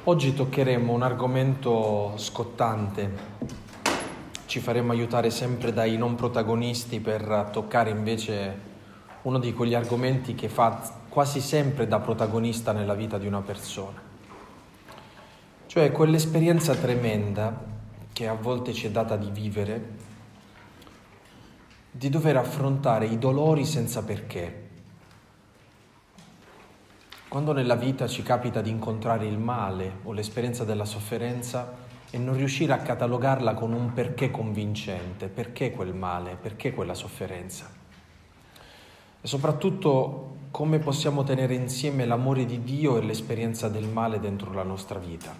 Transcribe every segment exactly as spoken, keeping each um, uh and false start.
Oggi toccheremo un argomento scottante. Ci faremo aiutare sempre dai non protagonisti per toccare invece uno di quegli argomenti che fa quasi sempre da protagonista nella vita di una persona. Cioè quell'esperienza tremenda che a volte ci è data di vivere, di dover affrontare i dolori senza perché. Quando nella vita ci capita di incontrare il male o l'esperienza della sofferenza e non riuscire a catalogarla con un perché convincente, perché quel male, perché quella sofferenza? E soprattutto come possiamo tenere insieme l'amore di Dio e l'esperienza del male dentro la nostra vita.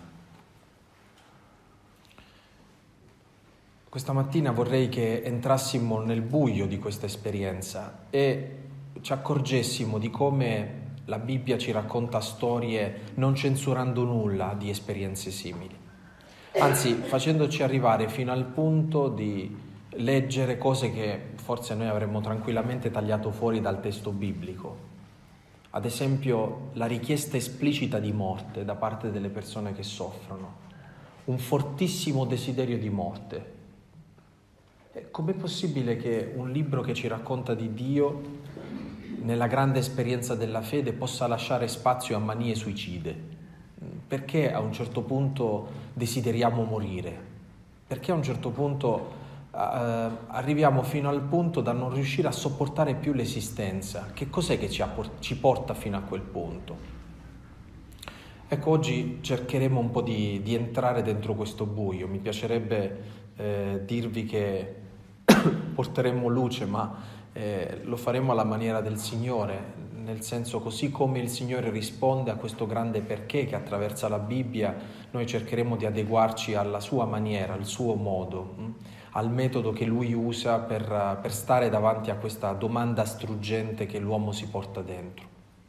Questa mattina vorrei che entrassimo nel buio di questa esperienza e ci accorgessimo di come la Bibbia ci racconta storie non censurando nulla di esperienze simili, anzi facendoci arrivare fino al punto di leggere cose che forse noi avremmo tranquillamente tagliato fuori dal testo biblico. Ad esempio la richiesta esplicita di morte da parte delle persone che soffrono, un fortissimo desiderio di morte. Com'è possibile che un libro che ci racconta di Dio nella grande esperienza della fede possa lasciare spazio a manie suicide? Perché a un certo punto desideriamo morire? Perché a un certo punto eh, arriviamo fino al punto da non riuscire a sopportare più l'esistenza? Che cos'è che ci, apport- ci porta fino a quel punto? Ecco, oggi cercheremo un po' di, di entrare dentro questo buio. Mi piacerebbe eh, dirvi che porteremo luce, ma Eh, lo faremo alla maniera del Signore, nel senso così come il Signore risponde a questo grande perché che attraversa la Bibbia, noi cercheremo di adeguarci alla sua maniera, al suo modo, mh? al metodo che Lui usa per, per stare davanti a questa domanda struggente che l'uomo si porta dentro.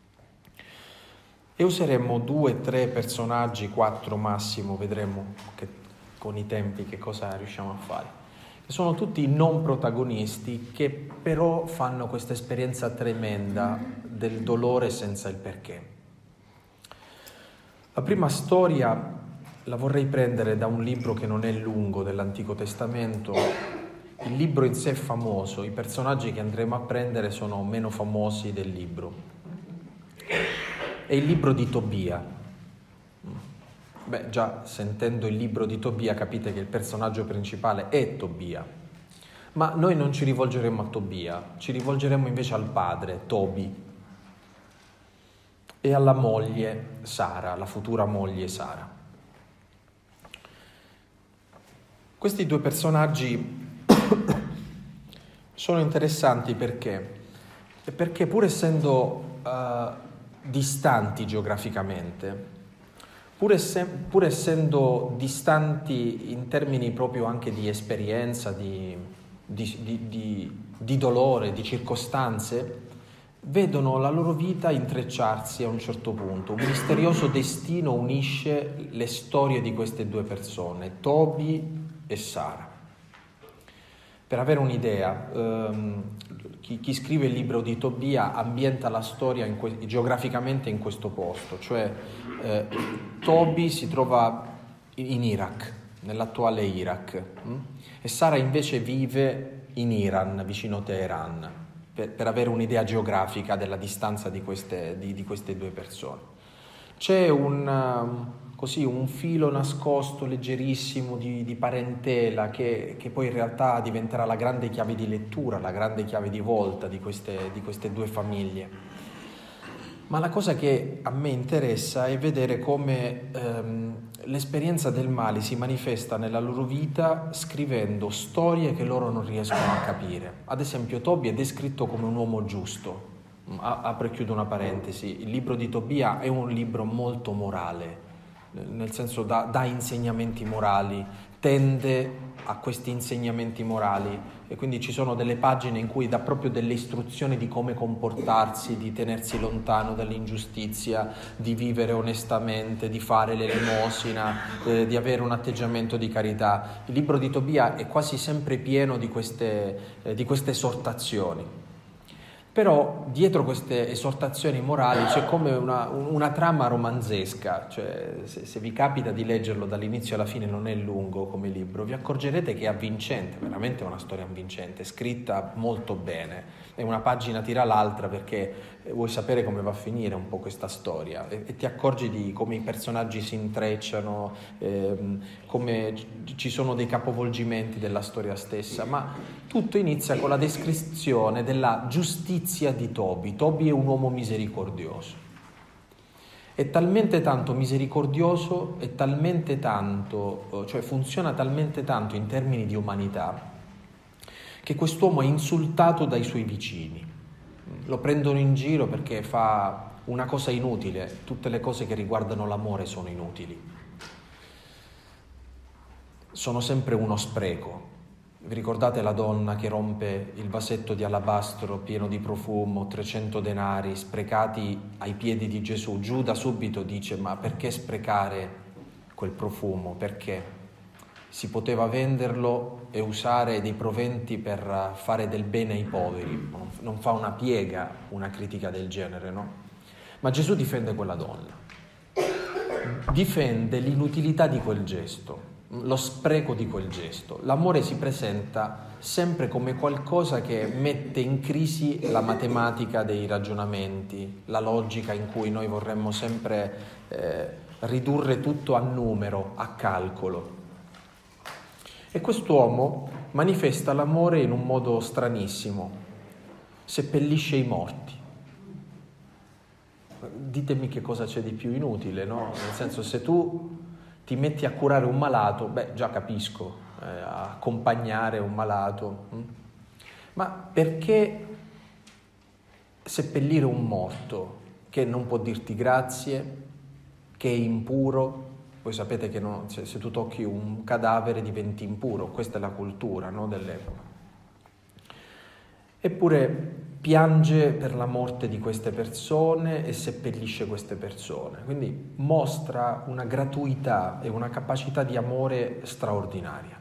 E useremo due, tre personaggi, quattro massimo, vedremo che, con i tempi che cosa riusciamo a fare. Sono tutti non protagonisti che però fanno questa esperienza tremenda del dolore senza il perché. La prima storia la vorrei prendere da un libro che non è lungo dell'Antico Testamento. Il libro in sé è famoso, i personaggi che andremo a prendere sono meno famosi del libro. È il libro di Tobia. Beh, già sentendo il libro di Tobia capite che il personaggio principale è Tobia, ma noi non ci rivolgeremo a Tobia, ci rivolgeremo invece al padre, Tobi, e alla moglie Sara, la futura moglie Sara. Questi due personaggi sono interessanti perché? Perché pur essendo uh, distanti geograficamente, Pur, esse, pur essendo distanti in termini proprio anche di esperienza, di, di, di, di, di dolore, di circostanze, vedono la loro vita intrecciarsi a un certo punto. Un misterioso destino unisce le storie di queste due persone, Tobi e Sara. Per avere un'idea, ehm, chi, chi scrive il libro di Tobia ambienta la storia in que- geograficamente in questo posto, cioè eh, Tobi si trova in Iraq, nell'attuale Iraq, hm? e Sara invece vive in Iran, vicino Teheran, per, per avere un'idea geografica della distanza di queste, di, di queste due persone. C'è un... così un filo nascosto, leggerissimo di, di parentela che, che poi in realtà diventerà la grande chiave di lettura, la grande chiave di volta di queste, di queste due famiglie. Ma la cosa che a me interessa è vedere come ehm, l'esperienza del male si manifesta nella loro vita scrivendo storie che loro non riescono a capire. Ad esempio Tobi è descritto come un uomo giusto. Apro e chiudo una parentesi. Il libro di Tobia è un libro molto morale, nel senso dà, dà insegnamenti morali, tende a questi insegnamenti morali e quindi ci sono delle pagine in cui dà proprio delle istruzioni di come comportarsi, di tenersi lontano dall'ingiustizia, di vivere onestamente, di fare l'elemosina, eh, di avere un atteggiamento di carità. Il libro di Tobia è quasi sempre pieno di queste, eh, di queste esortazioni. Però dietro queste esortazioni morali c'è come una, una trama romanzesca, cioè se, se vi capita di leggerlo dall'inizio alla fine, non è lungo come libro, vi accorgerete che è avvincente, veramente è una storia avvincente, scritta molto bene, e una pagina tira l'altra perché vuoi sapere come va a finire un po' questa storia e, e ti accorgi di come i personaggi si intrecciano, ehm, come ci sono dei capovolgimenti della storia stessa, ma tutto inizia con la descrizione della giustizia di Tobi. Tobi è un uomo misericordioso. È talmente tanto misericordioso, è talmente tanto, cioè funziona talmente tanto in termini di umanità, che quest'uomo è insultato dai suoi vicini. Lo prendono in giro perché fa una cosa inutile. Tutte le cose che riguardano l'amore sono inutili. Sono sempre uno spreco. Vi ricordate la donna che rompe il vasetto di alabastro pieno di profumo, trecento denari sprecati ai piedi di Gesù? Giuda subito dice: ma perché sprecare quel profumo? Perché? Si poteva venderlo e usare dei proventi per fare del bene ai poveri. Non fa una piega una critica del genere, no? Ma Gesù difende quella donna. Difende l'inutilità di quel gesto, lo spreco di quel gesto. L'amore si presenta sempre come qualcosa che mette in crisi la matematica dei ragionamenti, la logica in cui noi vorremmo sempre eh, ridurre tutto a numero, a calcolo. E quest'uomo manifesta l'amore in un modo stranissimo, seppellisce i morti. Ditemi che cosa c'è di più inutile, no? Nel senso, se tu ti metti a curare un malato, beh, già capisco, eh, accompagnare un malato, hm? Ma perché seppellire un morto che non può dirti grazie, che è impuro? Voi sapete che no, se, se tu tocchi un cadavere diventi impuro, questa è la cultura, no, dell'epoca. Eppure piange per la morte di queste persone e seppellisce queste persone, quindi mostra una gratuità e una capacità di amore straordinaria.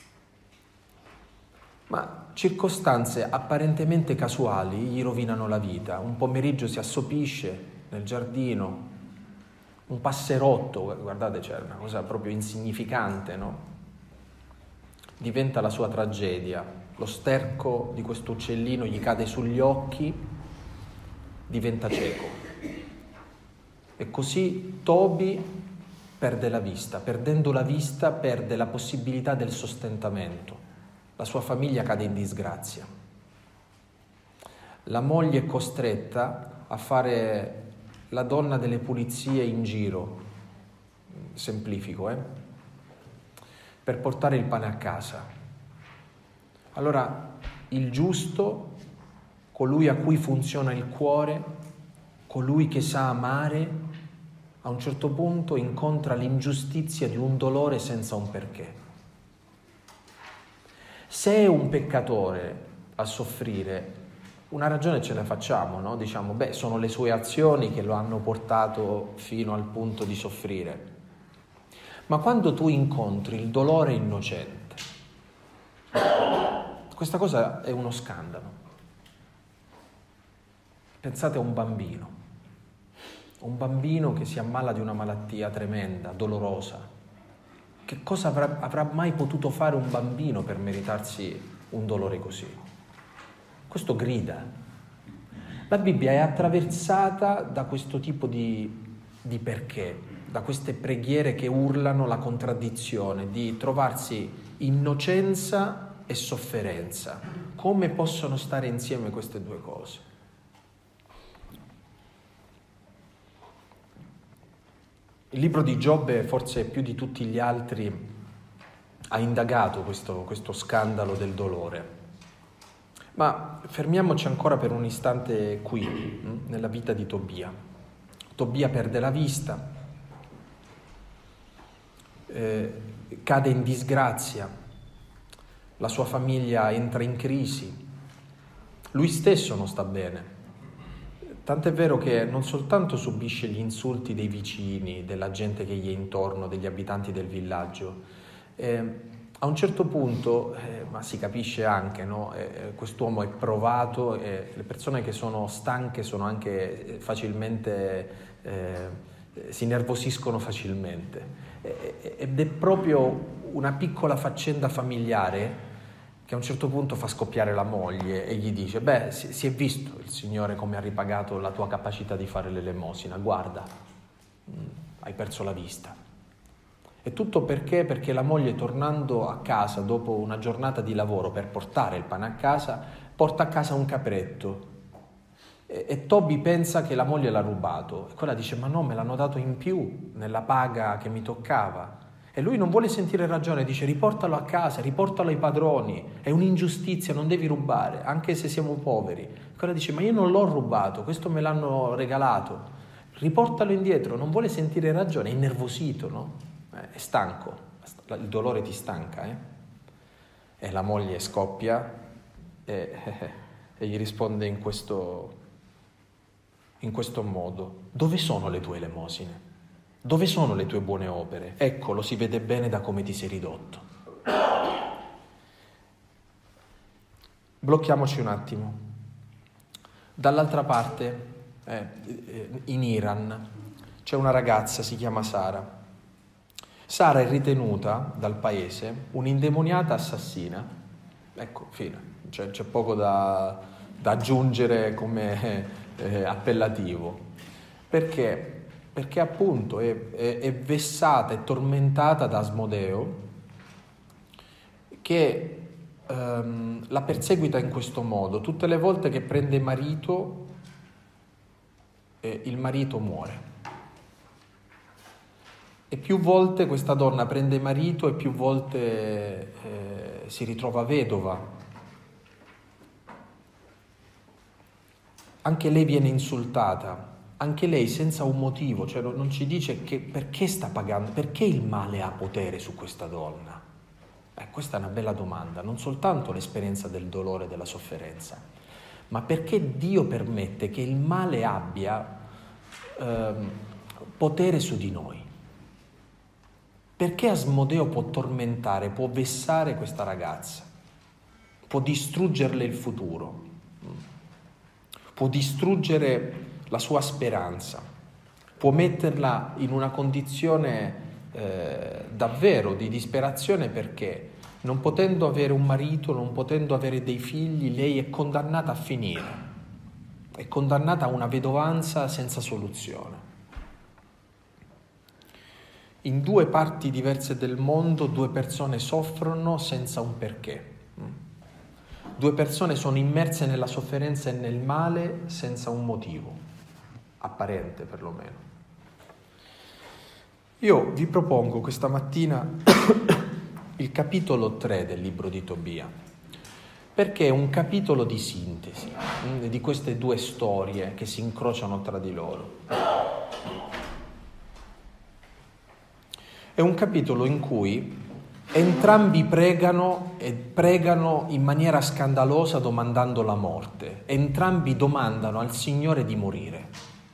Ma circostanze apparentemente casuali gli rovinano la vita. Un pomeriggio si assopisce nel giardino, un passerotto, guardate, c'è una cosa proprio insignificante, no? Diventa la sua tragedia. Lo sterco di questo uccellino gli cade sugli occhi, diventa cieco. E così Tobi perde la vista. Perdendo la vista perde la possibilità del sostentamento. La sua famiglia cade in disgrazia. La moglie è costretta a fare la donna delle pulizie in giro, semplifico, eh? per portare il pane a casa. Allora il giusto, colui a cui funziona il cuore, colui che sa amare, a un certo punto incontra l'ingiustizia di un dolore senza un perché. Se è un peccatore a soffrire, una ragione ce la facciamo, no? Diciamo, beh, sono le sue azioni che lo hanno portato fino al punto di soffrire. Ma quando tu incontri il dolore innocente, questa cosa è uno scandalo. Pensate a un bambino, un bambino che si ammala di una malattia tremenda, dolorosa. Che cosa avrà, avrà mai potuto fare un bambino per meritarsi un dolore così? Questo grida. La Bibbia è attraversata da questo tipo di, di perché, da queste preghiere che urlano la contraddizione, di trovarsi innocenza e sofferenza. Come possono stare insieme queste due cose? Il libro di Giobbe, forse più di tutti gli altri, ha indagato questo, questo scandalo del dolore. Ma fermiamoci ancora per un istante qui, mh, nella vita di Tobia. Tobia perde la vista, eh, cade in disgrazia, la sua famiglia entra in crisi, lui stesso non sta bene. Tant'è vero che non soltanto subisce gli insulti dei vicini, della gente che gli è intorno, degli abitanti del villaggio, eh, A un certo punto, eh, ma si capisce anche, no? eh, quest'uomo è provato e le persone che sono stanche sono anche facilmente, eh, si nervosiscono facilmente. Eh, ed è proprio una piccola faccenda familiare che a un certo punto fa scoppiare la moglie e gli dice: beh, si, si è visto il Signore come ha ripagato la tua capacità di fare l'elemosina, guarda, mh, hai perso la vista. E tutto perché? Perché la moglie, tornando a casa dopo una giornata di lavoro per portare il pane a casa, porta a casa un capretto. E, e Toby pensa che la moglie l'ha rubato. E quella dice: ma no, me l'hanno dato in più nella paga che mi toccava. E lui non vuole sentire ragione, dice: riportalo a casa, riportalo ai padroni, è un'ingiustizia, non devi rubare, anche se siamo poveri. E quella dice: ma io non l'ho rubato, questo me l'hanno regalato, riportalo indietro. Non vuole sentire ragione, è innervosito, no? È stanco, il dolore ti stanca, eh? E la moglie scoppia e, e gli risponde in questo, in questo modo: dove sono le tue elemosine? Dove sono le tue buone opere? Ecco, lo si vede bene da come ti sei ridotto. Blocchiamoci un attimo. Dall'altra parte, eh, in Iran, c'è una ragazza, si chiama Sara. Sara è ritenuta dal paese un'indemoniata assassina. Ecco, fine. Cioè, c'è poco da, da aggiungere come eh, appellativo. Perché? Perché appunto è, è, è vessata e tormentata da Asmodeo, che ehm, la perseguita in questo modo. Tutte le volte che prende marito, eh, il marito muore. E più volte questa donna prende marito e più volte eh, si ritrova vedova. Anche lei viene insultata, anche lei senza un motivo, cioè non ci dice che perché sta pagando, perché il male ha potere su questa donna. Eh, questa è una bella domanda, non soltanto l'esperienza del dolore e della sofferenza, ma perché Dio permette che il male abbia eh, potere su di noi. Perché Asmodeo può tormentare, può vessare questa ragazza, può distruggerle il futuro, può distruggere la sua speranza, può metterla in una condizione eh, davvero di disperazione, perché non potendo avere un marito, non potendo avere dei figli, lei è condannata a finire, è condannata a una vedovanza senza soluzione. In due parti diverse del mondo due persone soffrono senza un perché. Due persone sono immerse nella sofferenza e nel male senza un motivo, apparente perlomeno. Io vi propongo questa mattina il capitolo tre del libro di Tobia, perché è un capitolo di sintesi di queste due storie che si incrociano tra di loro. È un capitolo in cui entrambi pregano e pregano in maniera scandalosa domandando la morte. Entrambi domandano al Signore di morire.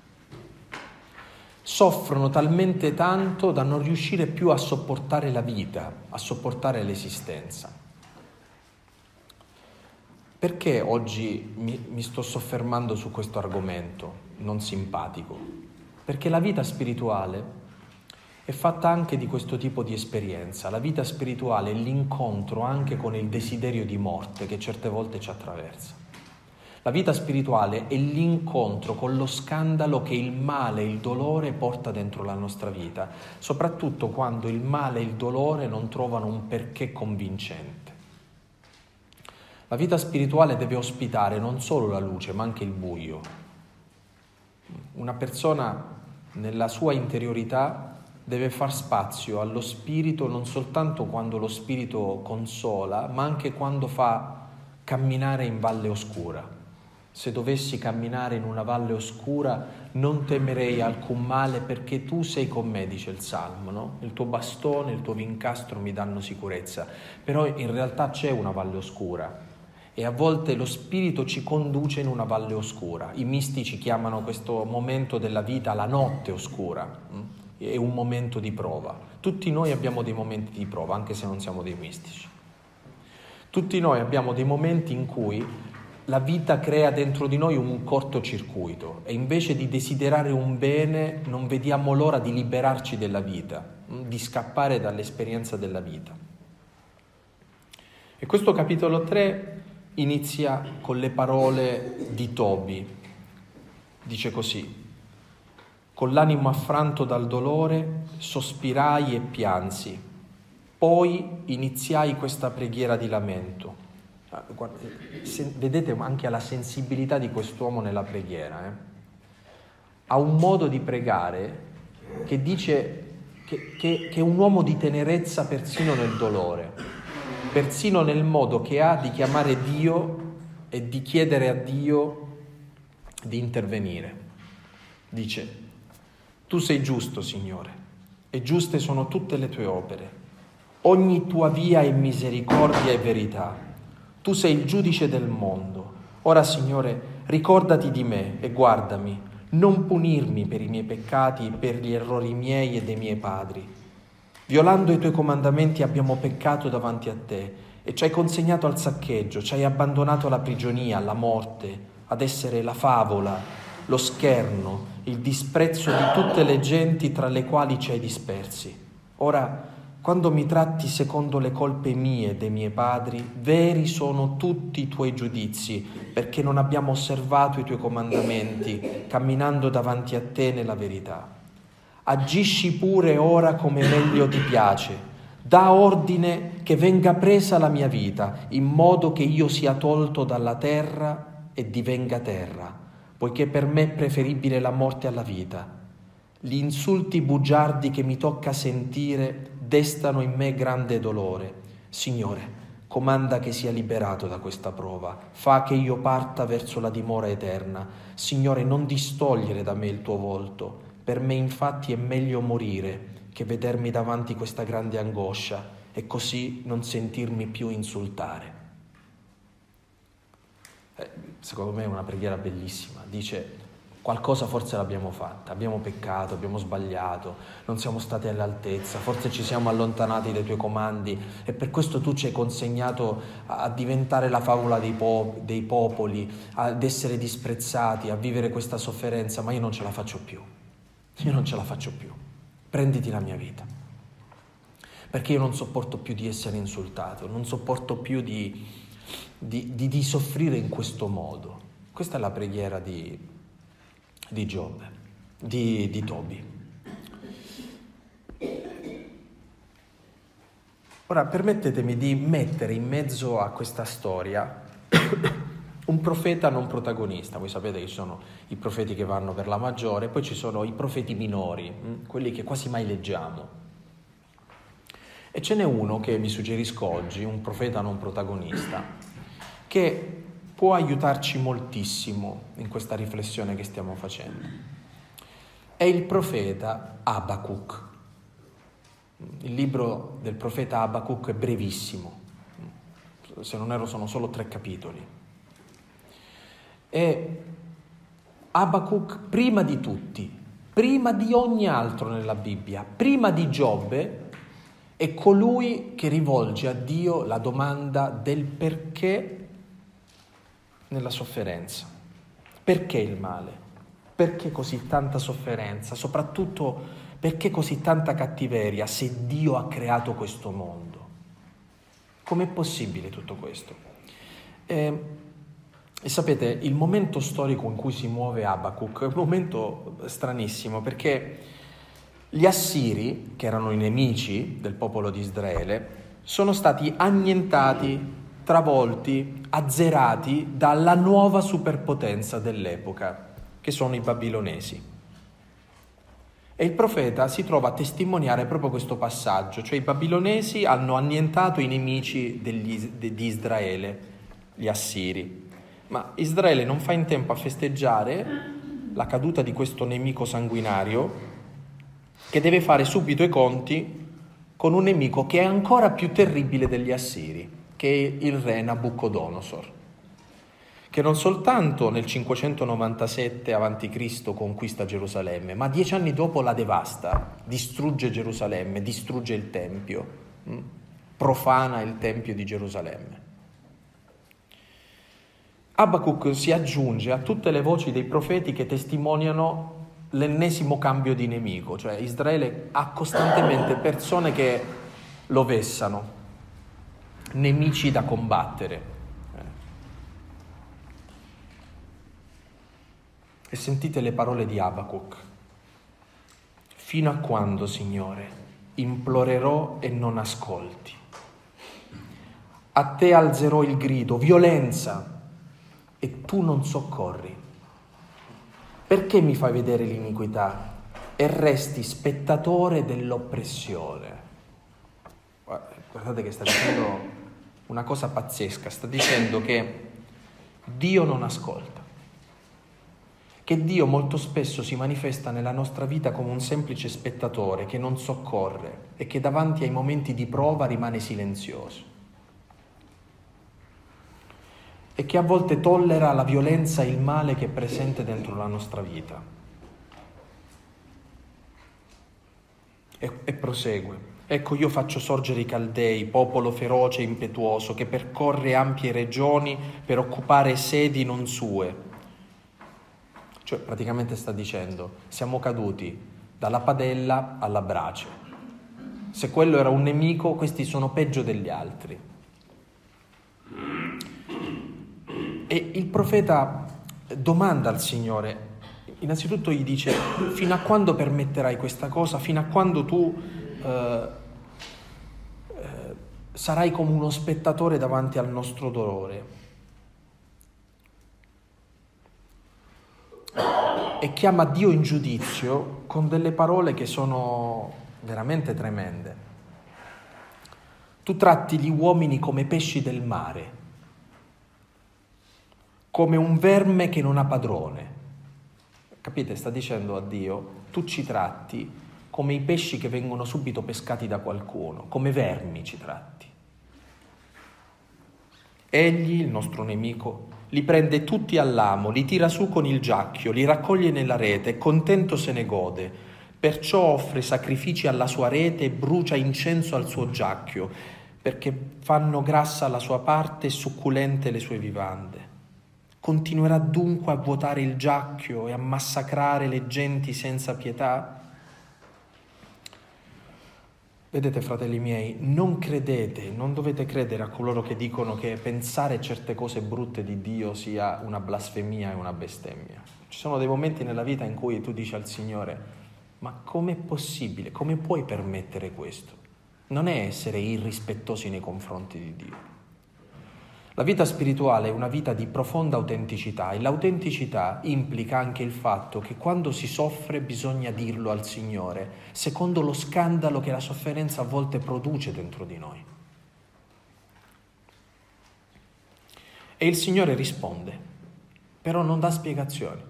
Soffrono talmente tanto da non riuscire più a sopportare la vita, a sopportare l'esistenza. Perché oggi mi, mi sto soffermando su questo argomento non simpatico? Perché la vita spirituale è fatta anche di questo tipo di esperienza. La vita spirituale è l'incontro anche con il desiderio di morte che certe volte ci attraversa. La vita spirituale è l'incontro con lo scandalo che il male e il dolore porta dentro la nostra vita, soprattutto quando il male e il dolore non trovano un perché convincente. La vita spirituale deve ospitare non solo la luce, ma anche il buio. Una persona nella sua interiorità deve far spazio allo spirito non soltanto quando lo spirito consola, ma anche quando fa camminare in valle oscura. Se dovessi camminare in una valle oscura non temerei alcun male, perché tu sei con me, dice il Salmo, no? Il tuo bastone, il tuo vincastro mi danno sicurezza. Però in realtà c'è una valle oscura e a volte lo spirito ci conduce in una valle oscura. I mistici chiamano questo momento della vita la notte oscura. è un momento di prova. Tutti noi abbiamo dei momenti di prova, anche se non siamo dei mistici. Tutti noi abbiamo dei momenti in cui la vita crea dentro di noi un cortocircuito e invece di desiderare un bene non vediamo l'ora di liberarci della vita, di scappare dall'esperienza della vita. E questo capitolo tre inizia con le parole di Tobi. Dice così: con l'animo affranto dal dolore sospirai e piansi, poi iniziai questa preghiera di lamento. Guarda, se, vedete anche la sensibilità di quest'uomo nella preghiera. Eh? Ha un modo di pregare che dice che, che, che è un uomo di tenerezza persino nel dolore, persino nel modo che ha di chiamare Dio e di chiedere a Dio di intervenire. Dice: tu sei giusto, Signore, e giuste sono tutte le tue opere. Ogni tua via è misericordia e verità. Tu sei il giudice del mondo. Ora, Signore, ricordati di me e guardami, non punirmi per i miei peccati e per gli errori miei e dei miei padri. Violando i tuoi comandamenti abbiamo peccato davanti a te e ci hai consegnato al saccheggio, ci hai abbandonato alla prigionia, alla morte, ad essere la favola, lo scherno, il disprezzo di tutte le genti tra le quali ci hai dispersi. Ora, quando mi tratti secondo le colpe mie e dei miei padri, veri sono tutti i tuoi giudizi, perché non abbiamo osservato i tuoi comandamenti, camminando davanti a te nella verità. Agisci pure ora come meglio ti piace. Da ordine che venga presa la mia vita, in modo che io sia tolto dalla terra e divenga terra, poiché per me è preferibile la morte alla vita. Gli insulti bugiardi che mi tocca sentire destano in me grande dolore. Signore, comanda che sia liberato da questa prova. Fa che io parta verso la dimora eterna. Signore, non distogliere da me il tuo volto. Per me infatti è meglio morire che vedermi davanti questa grande angoscia e così non sentirmi più insultare. Eh, secondo me è una preghiera bellissima. Dice: qualcosa forse l'abbiamo fatta, abbiamo peccato, abbiamo sbagliato, non siamo stati all'altezza, forse ci siamo allontanati dai tuoi comandi e per questo tu ci hai consegnato a diventare la favola dei, po- dei popoli, ad essere disprezzati, a vivere questa sofferenza, ma io non ce la faccio più, io non ce la faccio più, prenditi la mia vita, perché io non sopporto più di essere insultato, non sopporto più di, di, di, di soffrire in questo modo. Questa è la preghiera di... di Giobbe, di, di Tobi. Ora permettetemi di mettere in mezzo a questa storia un profeta non protagonista. Voi sapete che ci sono i profeti che vanno per la maggiore, poi ci sono i profeti minori, quelli che quasi mai leggiamo. E ce n'è uno che vi suggerisco oggi, un profeta non protagonista, che può aiutarci moltissimo in questa riflessione che stiamo facendo. È il profeta Abacuc. Il libro del profeta Abacuc è brevissimo, se non erro sono solo tre capitoli. E Abacuc, prima di tutti, prima di ogni altro nella Bibbia, prima di Giobbe, è colui che rivolge a Dio la domanda del perché nella sofferenza. Perché il male? Perché così tanta sofferenza? Soprattutto perché così tanta cattiveria se Dio ha creato questo mondo? Com'è possibile tutto questo? E, e sapete, il momento storico in cui si muove Abacuc è un momento stranissimo, perché gli Assiri, che erano i nemici del popolo di Israele, sono stati annientati, travolti, azzerati dalla nuova superpotenza dell'epoca, che sono i babilonesi. E il profeta si trova a testimoniare proprio questo passaggio, cioè i babilonesi hanno annientato i nemici degli, de, di Israele, gli Assiri. Ma Israele non fa in tempo a festeggiare la caduta di questo nemico sanguinario, che deve fare subito i conti con un nemico che è ancora più terribile degli Assiri, che è il re Nabucodonosor, che non soltanto nel cinquecentonovantasette avanti Cristo conquista Gerusalemme, ma dieci anni dopo la devasta, distrugge Gerusalemme, distrugge il Tempio, mh? profana il Tempio di Gerusalemme. Abacuc si aggiunge a tutte le voci dei profeti che testimoniano l'ennesimo cambio di nemico, cioè Israele ha costantemente persone che lo vessano, nemici da combattere. E sentite le parole di Abacuc. Fino a quando, Signore, implorerò e non ascolti? A te alzerò il grido, violenza, e tu non soccorri. Perché mi fai vedere l'iniquità e resti spettatore dell'oppressione? Guardate che sta dicendo una cosa pazzesca, sta dicendo che Dio non ascolta, che Dio molto spesso si manifesta nella nostra vita come un semplice spettatore che non soccorre e che davanti ai momenti di prova rimane silenzioso e che a volte tollera la violenza e il male che è presente dentro la nostra vita. E, e prosegue. Ecco, io faccio sorgere i Caldei, popolo feroce e impetuoso che percorre ampie regioni per occupare sedi non sue. Cioè, praticamente sta dicendo, siamo caduti dalla padella alla brace. Se quello era un nemico, questi sono peggio degli altri. E il profeta domanda al Signore, innanzitutto gli dice, fino a quando permetterai questa cosa? Fino a quando tu eh, eh, sarai come uno spettatore davanti al nostro dolore? E chiama Dio in giudizio con delle parole che sono veramente tremende. Tu tratti gli uomini come pesci del mare, come un verme che non ha padrone. Capite? Sta dicendo a Dio, tu ci tratti come i pesci che vengono subito pescati da qualcuno, come vermi ci tratti. Egli, il nostro nemico, li prende tutti all'amo, li tira su con il giacchio, li raccoglie nella rete e contento se ne gode. Perciò offre sacrifici alla sua rete e brucia incenso al suo giacchio, perché fanno grassa la sua parte e succulente le sue vivande. Continuerà dunque a vuotare il giacchio e a massacrare le genti senza pietà? Vedete, fratelli miei, non credete, non dovete credere a coloro che dicono che pensare certe cose brutte di Dio sia una blasfemia e una bestemmia. Ci sono dei momenti nella vita in cui tu dici al Signore, ma com'è possibile, come puoi permettere questo? Non è essere irrispettosi nei confronti di Dio. La vita spirituale è una vita di profonda autenticità e l'autenticità implica anche il fatto che quando si soffre bisogna dirlo al Signore, secondo lo scandalo che la sofferenza a volte produce dentro di noi. E il Signore risponde, però non dà spiegazioni.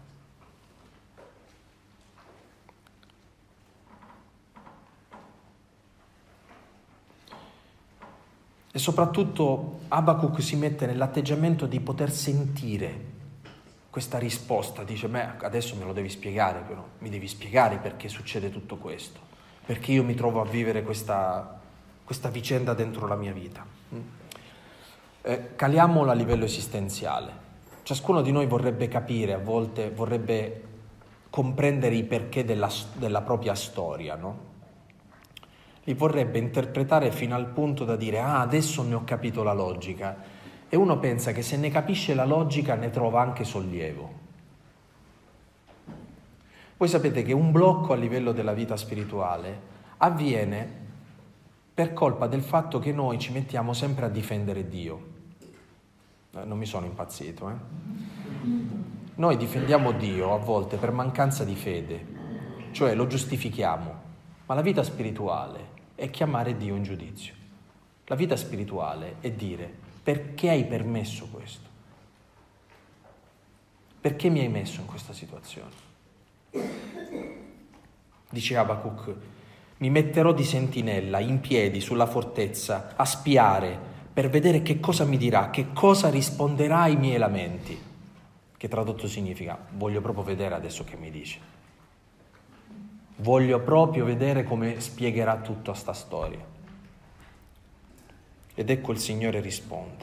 E soprattutto Abacuc si mette nell'atteggiamento di poter sentire questa risposta. Dice, beh, adesso me lo devi spiegare però, mi devi spiegare perché succede tutto questo, perché io mi trovo a vivere questa, questa vicenda dentro la mia vita. Eh, caliamolo a livello esistenziale. Ciascuno di noi vorrebbe capire, a volte vorrebbe comprendere i perché della, della propria storia, no? Li vorrebbe interpretare fino al punto da dire ah, adesso ne ho capito la logica, e uno pensa che se ne capisce la logica ne trova anche sollievo. Voi sapete che un blocco a livello della vita spirituale avviene per colpa del fatto che noi ci mettiamo sempre a difendere Dio. Eh, non mi sono impazzito, eh? Noi difendiamo Dio a volte per mancanza di fede, cioè lo giustifichiamo, ma la vita spirituale è chiamare Dio in giudizio. La vita spirituale è dire, perché hai permesso questo? Perché mi hai messo in questa situazione? Dice Abacuc, mi metterò di sentinella, in piedi, sulla fortezza, a spiare, per vedere che cosa mi dirà, che cosa risponderà ai miei lamenti, che tradotto significa voglio proprio vedere adesso che mi dice. Voglio proprio vedere come spiegherà tutta sta storia. Ed ecco il Signore risponde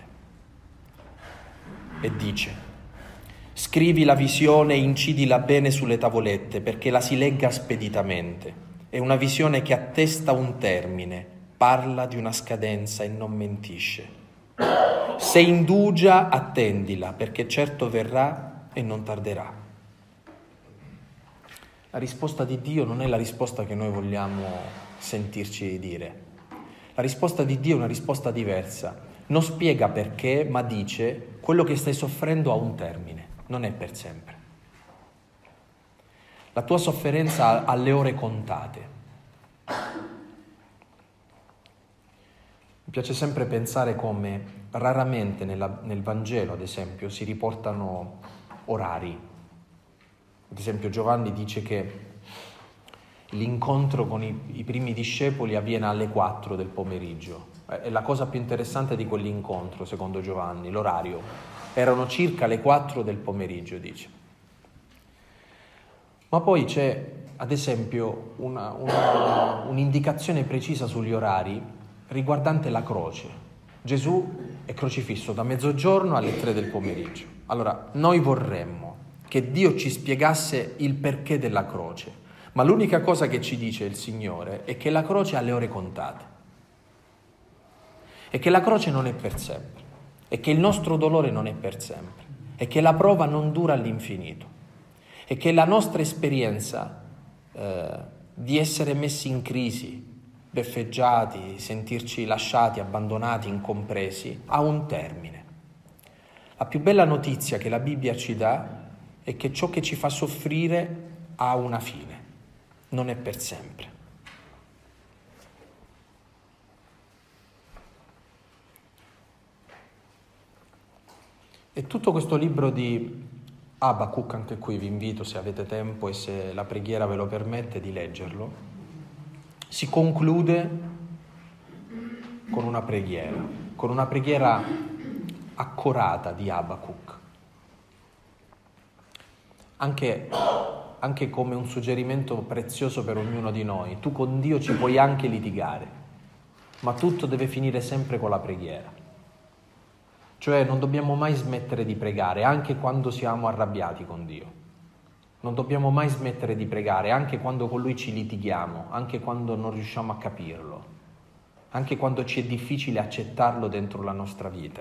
e dice: scrivi la visione e incidila bene sulle tavolette perché la si legga speditamente. È una visione che attesta un termine, parla di una scadenza e non mentisce. Se indugia, attendila, perché certo verrà e non tarderà. La risposta di Dio non è la risposta che noi vogliamo sentirci dire. La risposta di Dio è una risposta diversa. Non spiega perché, ma dice: quello che stai soffrendo ha un termine, non è per sempre. La tua sofferenza ha le ore contate. Mi piace sempre pensare come raramente nella, nel Vangelo, ad esempio, si riportano orari. Ad esempio Giovanni dice che l'incontro con i, i primi discepoli avviene alle quattro del pomeriggio. È la cosa più interessante di quell'incontro, secondo Giovanni, l'orario. Erano circa le quattro del pomeriggio, dice. Ma poi c'è, ad esempio, una, una, un'indicazione precisa sugli orari riguardante la croce. Gesù è crocifisso da mezzogiorno alle tre del pomeriggio. Allora, noi vorremmo che Dio ci spiegasse il perché della croce, ma l'unica cosa che ci dice il Signore è che la croce ha le ore contate, e che la croce non è per sempre, e che il nostro dolore non è per sempre, e che la prova non dura all'infinito, e che la nostra esperienza eh, di essere messi in crisi, beffeggiati, sentirci lasciati, abbandonati, incompresi, ha un termine. La più bella notizia che la Bibbia ci dà è che ciò che ci fa soffrire ha una fine, non è per sempre. E tutto questo libro di Abacuc, anche qui vi invito, se avete tempo e se la preghiera ve lo permette, di leggerlo, si conclude con una preghiera, con una preghiera accorata di Abacuc, anche, anche come un suggerimento prezioso per ognuno di noi. Tu con Dio ci puoi anche litigare, ma tutto deve finire sempre con la preghiera. Cioè non dobbiamo mai smettere di pregare, anche quando siamo arrabbiati con Dio. Non dobbiamo mai smettere di pregare, anche quando con Lui ci litighiamo, anche quando non riusciamo a capirlo, anche quando ci è difficile accettarlo dentro la nostra vita.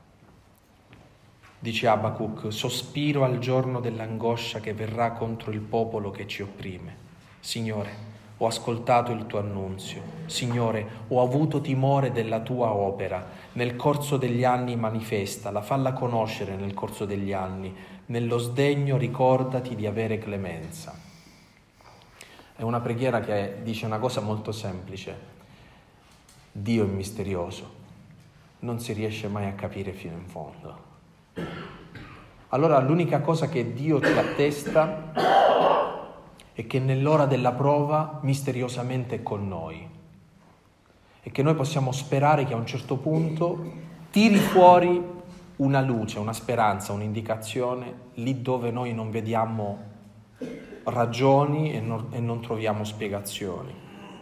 Dice Abacuc: sospiro al giorno dell'angoscia che verrà contro il popolo che ci opprime. Signore, ho ascoltato il tuo annunzio. Signore, ho avuto timore della tua opera. Nel corso degli anni manifestala, falla conoscere nel corso degli anni. Nello sdegno ricordati di avere clemenza. È una preghiera che dice una cosa molto semplice. Dio è misterioso, non si riesce mai a capire fino in fondo. Allora l'unica cosa che Dio ci attesta è che nell'ora della prova misteriosamente è con noi e che noi possiamo sperare che a un certo punto tiri fuori una luce, una speranza, un'indicazione lì dove noi non vediamo ragioni e non, e non troviamo spiegazioni.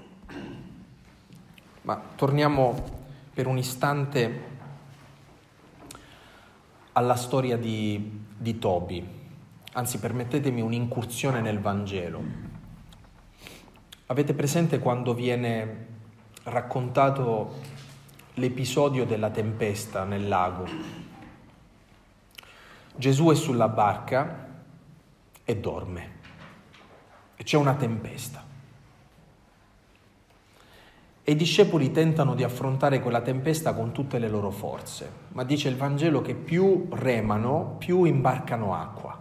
Ma torniamo per un istante alla storia di, di Tobi, anzi permettetemi un'incursione nel Vangelo. Avete presente quando viene raccontato l'episodio della tempesta nel lago? Gesù è sulla barca e dorme e c'è una tempesta. E i discepoli tentano di affrontare quella tempesta con tutte le loro forze, ma dice il Vangelo che più remano, più imbarcano acqua.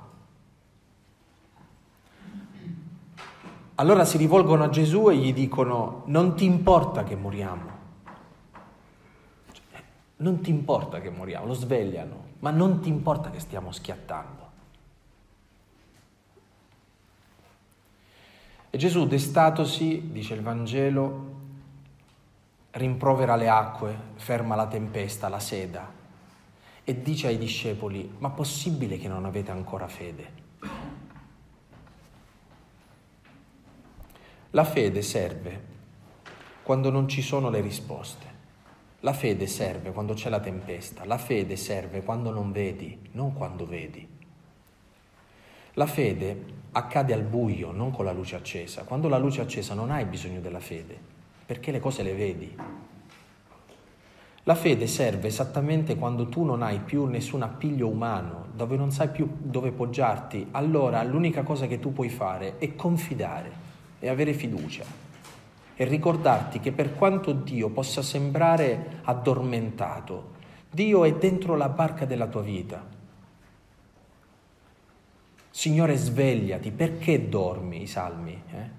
Allora si rivolgono a Gesù e gli dicono: non ti importa che moriamo? Non ti importa che moriamo? Lo svegliano, ma non ti importa che stiamo schiattando? E Gesù, destatosi, dice il Vangelo, rimprovera le acque, ferma la tempesta, la seda e dice ai discepoli: ma possibile che non avete ancora fede? La fede serve quando non ci sono le risposte. La fede serve quando c'è la tempesta. La fede serve quando non vedi, non quando vedi. La fede accade al buio, non con la luce accesa. Quando la luce è accesa non hai bisogno della fede, perché le cose le vedi. La fede serve esattamente quando tu non hai più nessun appiglio umano, dove non sai più dove poggiarti. Allora l'unica cosa che tu puoi fare è confidare e avere fiducia e ricordarti che per quanto Dio possa sembrare addormentato, Dio è dentro la barca della tua vita. Signore, svegliati, perché dormi? I salmi, eh?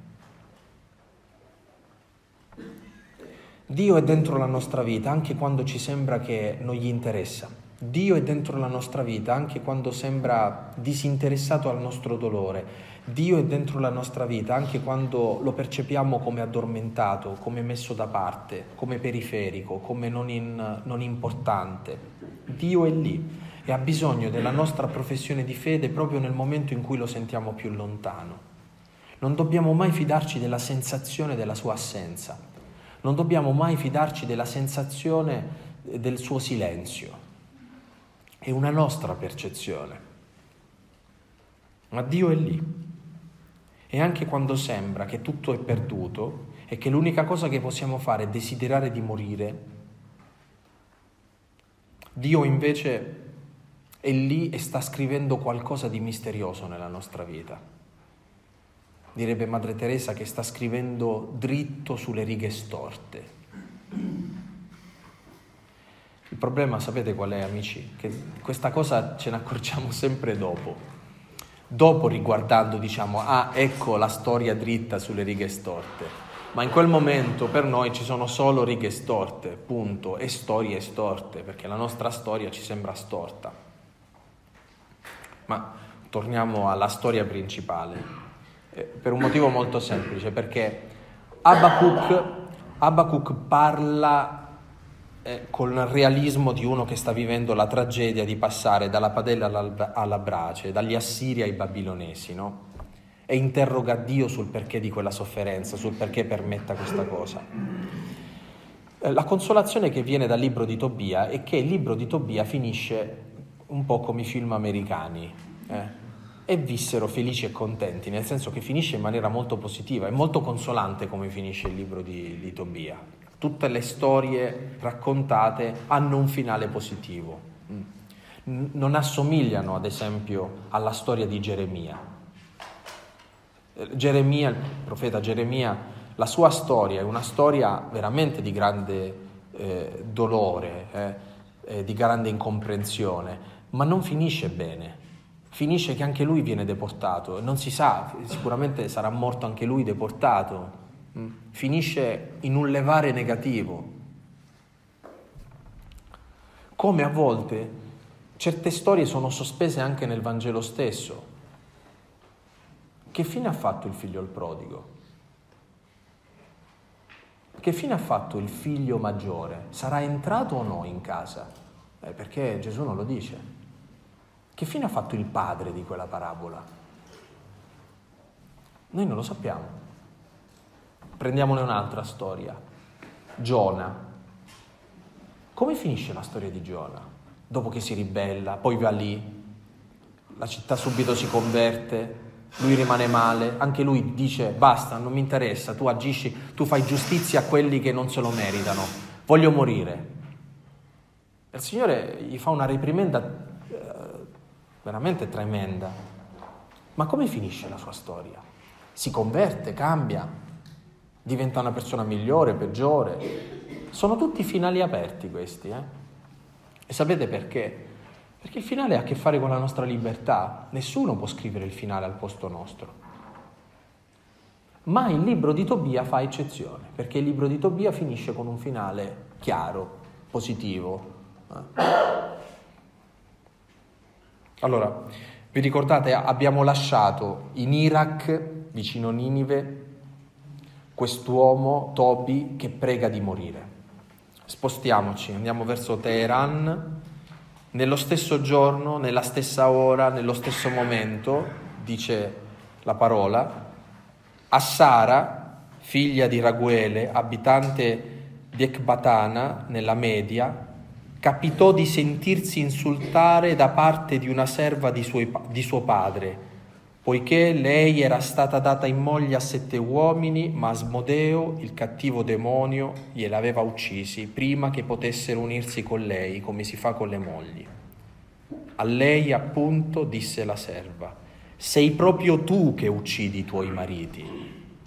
Dio è dentro la nostra vita anche quando ci sembra che non gli interessa. Dio è dentro la nostra vita anche quando sembra disinteressato al nostro dolore. Dio è dentro la nostra vita anche quando lo percepiamo come addormentato, come messo da parte, come periferico, come non, in, non importante. Dio è lì e ha bisogno della nostra professione di fede proprio nel momento in cui lo sentiamo più lontano. Non dobbiamo mai fidarci della sensazione della sua assenza. Non dobbiamo mai fidarci della sensazione del suo silenzio. È una nostra percezione. Ma Dio è lì. E anche quando sembra che tutto è perduto e che l'unica cosa che possiamo fare è desiderare di morire, Dio invece è lì e sta scrivendo qualcosa di misterioso nella nostra vita. Direbbe Madre Teresa che sta scrivendo dritto sulle righe storte. Il problema, sapete qual è, amici? Che questa cosa ce ne accorgiamo sempre dopo. Dopo, riguardando, diciamo, ah, ecco la storia dritta sulle righe storte. Ma in quel momento per noi ci sono solo righe storte, punto, e storie storte, perché la nostra storia ci sembra storta. Ma torniamo alla storia principale. Per un motivo molto semplice, perché Abacuc, Abacuc parla eh, con il realismo di uno che sta vivendo la tragedia di passare dalla padella alla, alla brace, dagli assiri ai babilonesi, no? E interroga Dio sul perché di quella sofferenza, sul perché permetta questa cosa. Eh, la consolazione che viene dal libro di Tobia è che il libro di Tobia finisce un po' come i film americani, eh? E vissero felici e contenti, nel senso che finisce in maniera molto positiva, è molto consolante come finisce il libro di, di Tobia. Tutte le storie raccontate hanno un finale positivo, non assomigliano ad esempio alla storia di Geremia. Geremia, il profeta Geremia, la sua storia è una storia veramente di grande eh, dolore, eh, eh, di grande incomprensione, ma non finisce bene. Finisce che anche lui viene deportato, non si sa, sicuramente sarà morto anche lui deportato, finisce in un levare negativo. Come a volte certe storie sono sospese anche nel Vangelo stesso. Che fine ha fatto il figlio il prodigo? Che fine ha fatto il figlio maggiore? Sarà entrato o no in casa? Eh, perché Gesù non lo dice. Che fine ha fatto il padre di quella parabola? Noi non lo sappiamo. Prendiamone un'altra storia. Giona. Come finisce la storia di Giona? Dopo che si ribella, poi va lì, la città subito si converte, lui rimane male, anche lui dice basta, non mi interessa, tu agisci, tu fai giustizia a quelli che non se lo meritano, voglio morire. Il Signore gli fa una reprimenda veramente tremenda. Ma come finisce la sua storia? Si converte, cambia, diventa una persona migliore, peggiore? Sono tutti finali aperti questi, eh? E sapete perché? Perché il finale ha a che fare con la nostra libertà. Nessuno può scrivere il finale al posto nostro. Ma il libro di Tobia fa eccezione, perché il libro di Tobia finisce con un finale chiaro, positivo. Eh? Allora, vi ricordate, abbiamo lasciato in Iraq, vicino Ninive, quest'uomo, Tobi, che prega di morire. spostiamoci, andiamo verso Teheran. Nello stesso giorno, nella stessa ora, nello stesso momento, dice la parola, a Sara, figlia di Raguele, abitante di Ecbatana, nella Media, capitò di sentirsi insultare da parte di una serva di, suoi, di suo padre, poiché lei era stata data in moglie a sette uomini, ma Asmodeo, il cattivo demonio, gliel'aveva uccisi prima che potessero unirsi con lei, come si fa con le mogli. A lei, appunto, disse la serva: sei proprio tu che uccidi i tuoi mariti.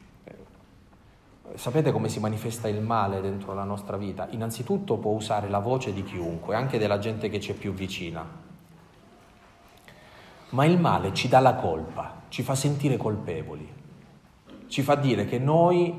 Sapete come si manifesta il male dentro la nostra vita? Innanzitutto può usare la voce di chiunque, anche della gente che c'è più vicina. Ma il male ci dà la colpa, ci fa sentire colpevoli, ci fa dire che noi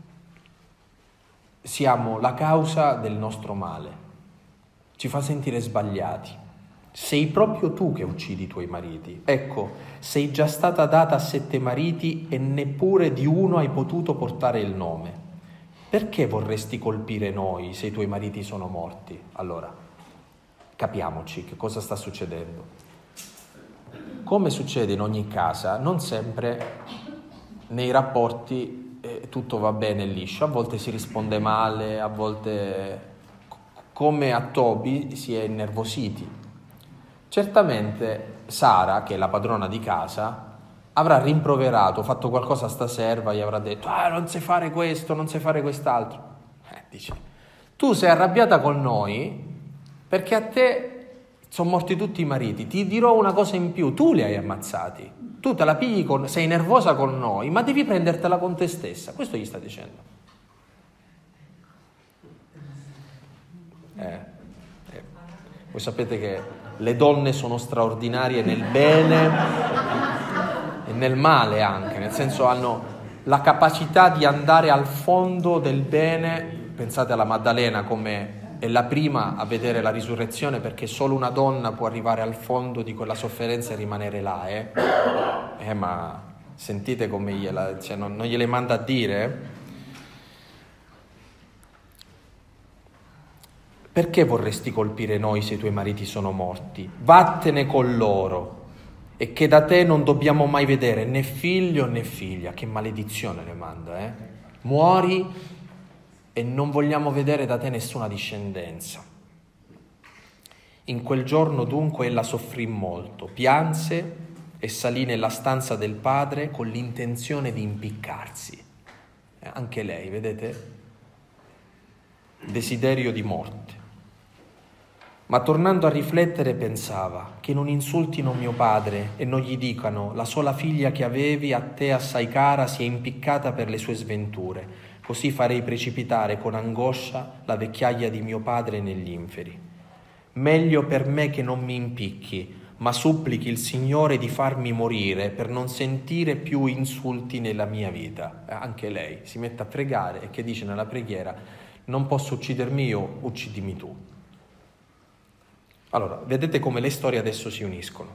siamo la causa del nostro male, ci fa sentire sbagliati. Sei proprio tu che uccidi i tuoi mariti. Ecco, sei già stata data a sette mariti e neppure di uno hai potuto portare il nome. Perché vorresti colpire noi se i tuoi mariti sono morti? Allora, capiamoci che cosa sta succedendo. Come succede in ogni casa, non sempre nei rapporti eh, tutto va bene e liscio. A volte si risponde male, a volte, come a Tobi, si è innervositi. Certamente Sara, che è la padrona di casa, avrà rimproverato, fatto qualcosa a sta serva, gli avrà detto ah, non sai fare questo, non sai fare quest'altro. Eh, dice, tu sei arrabbiata con noi perché a te sono morti tutti i mariti, ti dirò una cosa in più, tu li hai ammazzati, tu te la pigli, con, sei nervosa con noi, ma devi prendertela con te stessa. Questo gli sta dicendo. Eh, eh. Voi sapete che le donne sono straordinarie nel bene e nel male anche, nel senso hanno la capacità di andare al fondo del bene. Pensate alla Maddalena come è la prima a vedere la risurrezione, perché solo una donna può arrivare al fondo di quella sofferenza e rimanere là. Eh, eh ma sentite come gliela, cioè non, non gliele manda a dire, eh? Perché vorresti colpire noi se i tuoi mariti sono morti? Vattene con loro, e che da te non dobbiamo mai vedere né figlio né figlia. Che maledizione le manda, eh? Muori e non vogliamo vedere da te nessuna discendenza. In quel giorno dunque ella soffrì molto, pianse e salì nella stanza del padre con l'intenzione di impiccarsi. Eh, anche lei, vedete? Desiderio di morte. Ma tornando a riflettere pensava: che non insultino mio padre e non gli dicano la sola figlia che avevi a te assai cara si è impiccata per le sue sventure, così farei precipitare con angoscia la vecchiaia di mio padre negli inferi. Meglio per me che non mi impicchi, ma supplichi il Signore di farmi morire per non sentire più insulti nella mia vita. Anche lei si mette a pregare e che dice nella preghiera: non posso uccidermi io, uccidimi tu. Allora, vedete come le storie adesso si uniscono.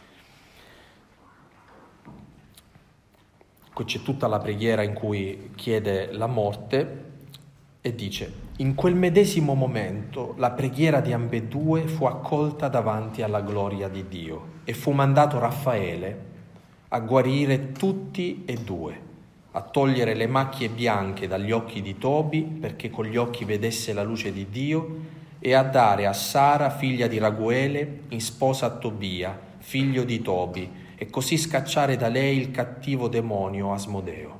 Qui c'è tutta la preghiera in cui chiede la morte e dice: in quel medesimo momento la preghiera di ambedue fu accolta davanti alla gloria di Dio e fu mandato Raffaele a guarire tutti e due, a togliere le macchie bianche dagli occhi di Tobi perché con gli occhi vedesse la luce di Dio, e a dare a Sara, figlia di Raguele, in sposa a Tobia, figlio di Tobi, e così scacciare da lei il cattivo demonio Asmodeo.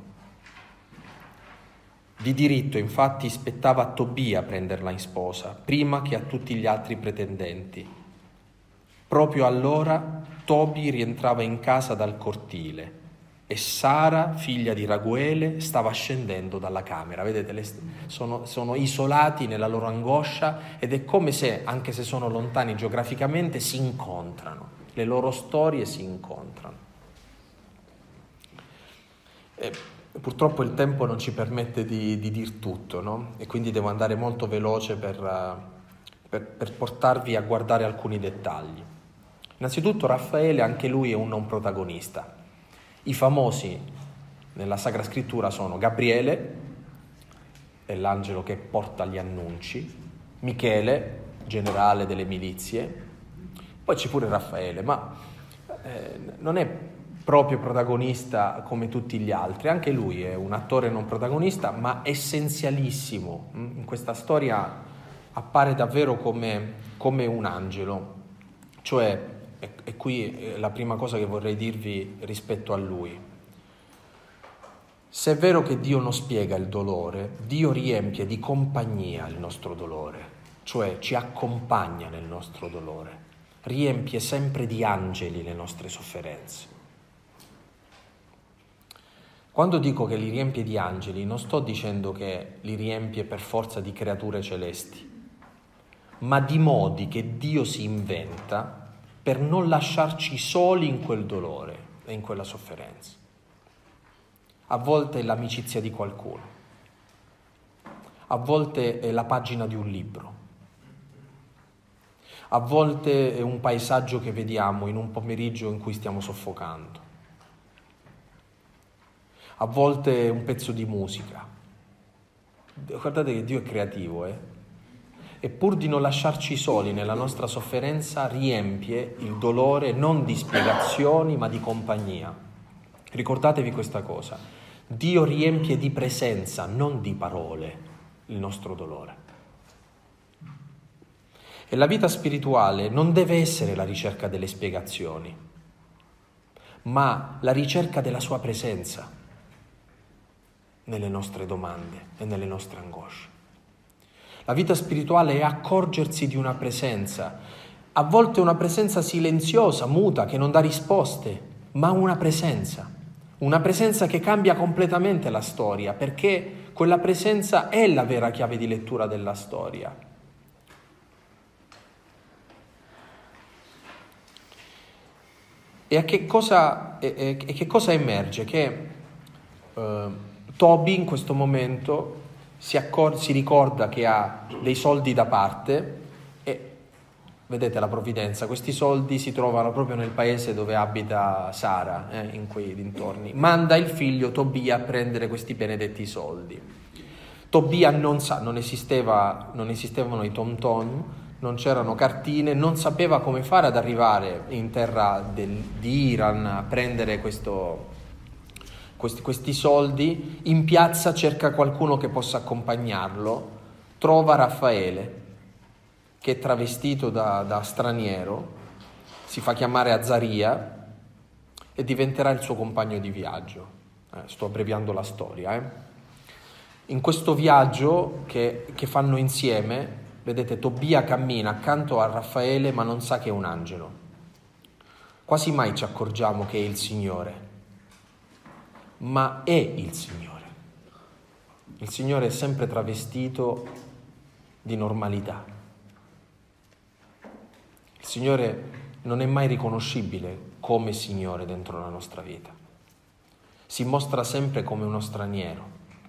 Di diritto, infatti, spettava a Tobia prenderla in sposa, prima che a tutti gli altri pretendenti. Proprio allora Tobi rientrava in casa dal cortile e Sara, figlia di Raguele, stava scendendo dalla camera. Vedete, le st- sono, sono isolati nella loro angoscia ed è come se, anche se sono lontani geograficamente, si incontrano. Le loro storie si incontrano. E purtroppo il tempo non ci permette di, di dir tutto, no? E quindi devo andare molto veloce per, per, per portarvi a guardare alcuni dettagli. Innanzitutto Raffaele, anche lui è un non protagonista. I famosi nella Sacra Scrittura sono Gabriele, è l'angelo che porta gli annunci, Michele, generale delle milizie, poi c'è pure Raffaele, ma eh, non è proprio protagonista come tutti gli altri, anche lui è un attore non protagonista, ma essenzialissimo. In questa storia appare davvero come, come un angelo, cioè, e, e qui è la prima cosa che vorrei dirvi rispetto a lui. Se è vero che Dio non spiega il dolore, Dio riempie di compagnia il nostro dolore, cioè ci accompagna nel nostro dolore, riempie sempre di angeli le nostre sofferenze. Quando dico che li riempie di angeli, non sto dicendo che li riempie per forza di creature celesti, ma di modi che Dio si inventa per non lasciarci soli in quel dolore e in quella sofferenza. A volte è l'amicizia di qualcuno, a volte è la pagina di un libro, a volte è un paesaggio che vediamo in un pomeriggio in cui stiamo soffocando, a volte è un pezzo di musica. Guardate che Dio è creativo, eh? E pur di non lasciarci soli nella nostra sofferenza, riempie il dolore non di spiegazioni ma di compagnia. Ricordatevi questa cosa: Dio riempie di presenza, non di parole, il nostro dolore. E la vita spirituale non deve essere la ricerca delle spiegazioni, ma la ricerca della sua presenza nelle nostre domande e nelle nostre angosce. La vita spirituale è accorgersi di una presenza, a volte una presenza silenziosa, muta, che non dà risposte, ma una presenza, una presenza che cambia completamente la storia, perché quella presenza è la vera chiave di lettura della storia. E a che cosa, e, e, e che cosa emerge? Che eh, Toby in questo momento si, accor- si ricorda che ha dei soldi da parte e, vedete la provvidenza, questi soldi si trovano proprio nel paese dove abita Sara, eh, in quei dintorni. Manda il figlio Tobia a prendere questi benedetti soldi. Tobia non sa, non esisteva, non esistevano i tom tom, non c'erano cartine, non sapeva come fare ad arrivare in terra del, di Iran a prendere questo... Questi, questi soldi. In piazza cerca qualcuno che possa accompagnarlo, trova Raffaele che è travestito da, da straniero, si fa chiamare Azaria e diventerà il suo compagno di viaggio. Eh, sto abbreviando la storia. Eh. In questo viaggio che, che fanno insieme, vedete, Tobia cammina accanto a Raffaele ma non sa che è un angelo. Quasi mai ci accorgiamo che è il Signore, ma è il Signore. Il Signore è sempre travestito di normalità. Il Signore non è mai riconoscibile come Signore dentro la nostra vita. Si mostra sempre come uno straniero,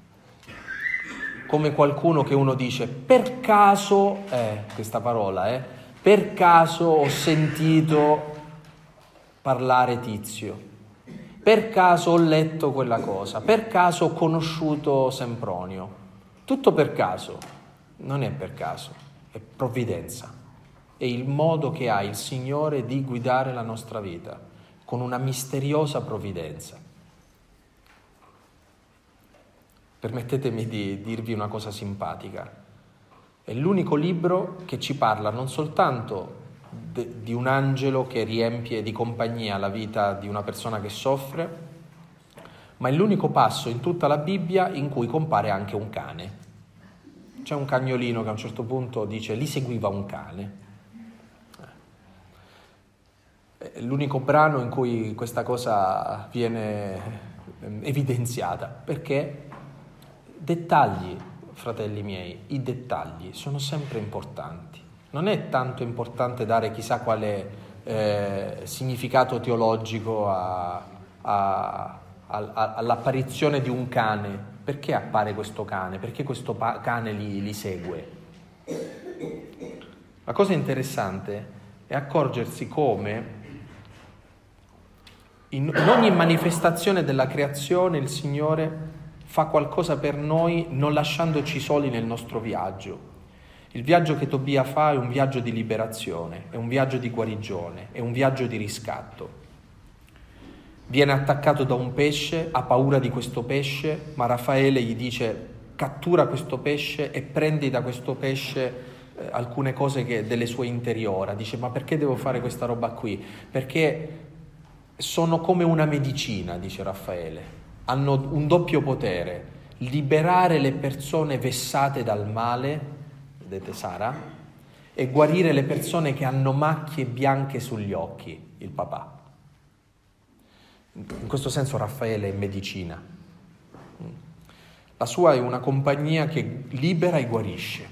come qualcuno che uno dice per caso, eh, questa parola, eh, per caso ho sentito parlare Tizio. Per caso ho letto quella cosa, per caso ho conosciuto Sempronio. Tutto per caso. Non è per caso, è provvidenza. È il modo che ha il Signore di guidare la nostra vita, con una misteriosa provvidenza. Permettetemi di dirvi una cosa simpatica. È l'unico libro che ci parla non soltanto De, di un angelo che riempie di compagnia la vita di una persona che soffre, ma è l'unico passo in tutta la Bibbia in cui compare anche un cane. C'è un cagnolino che a un certo punto dice li seguiva un cane. È l'unico brano in cui questa cosa viene evidenziata, perché dettagli, fratelli miei, i dettagli sono sempre importanti. Non è tanto importante dare chissà quale eh, significato teologico a, a, a, all'apparizione di un cane. Perché appare questo cane? Perché questo pa- cane li, li segue? La cosa interessante è accorgersi come in, in ogni manifestazione della creazione il Signore fa qualcosa per noi non lasciandoci soli nel nostro viaggio. Il viaggio che Tobia fa è un viaggio di liberazione, è un viaggio di guarigione, è un viaggio di riscatto. Viene attaccato da un pesce, ha paura di questo pesce, ma Raffaele gli dice: cattura questo pesce e prendi da questo pesce eh, alcune cose che, delle sue interiora. Dice: ma perché devo fare questa roba qui? Perché sono come una medicina, dice Raffaele. Hanno un doppio potere: liberare le persone vessate dal male, vedete Sara, e guarire le persone che hanno macchie bianche sugli occhi, il papà. In questo senso Raffaele è medicina. La sua è una compagnia che libera e guarisce.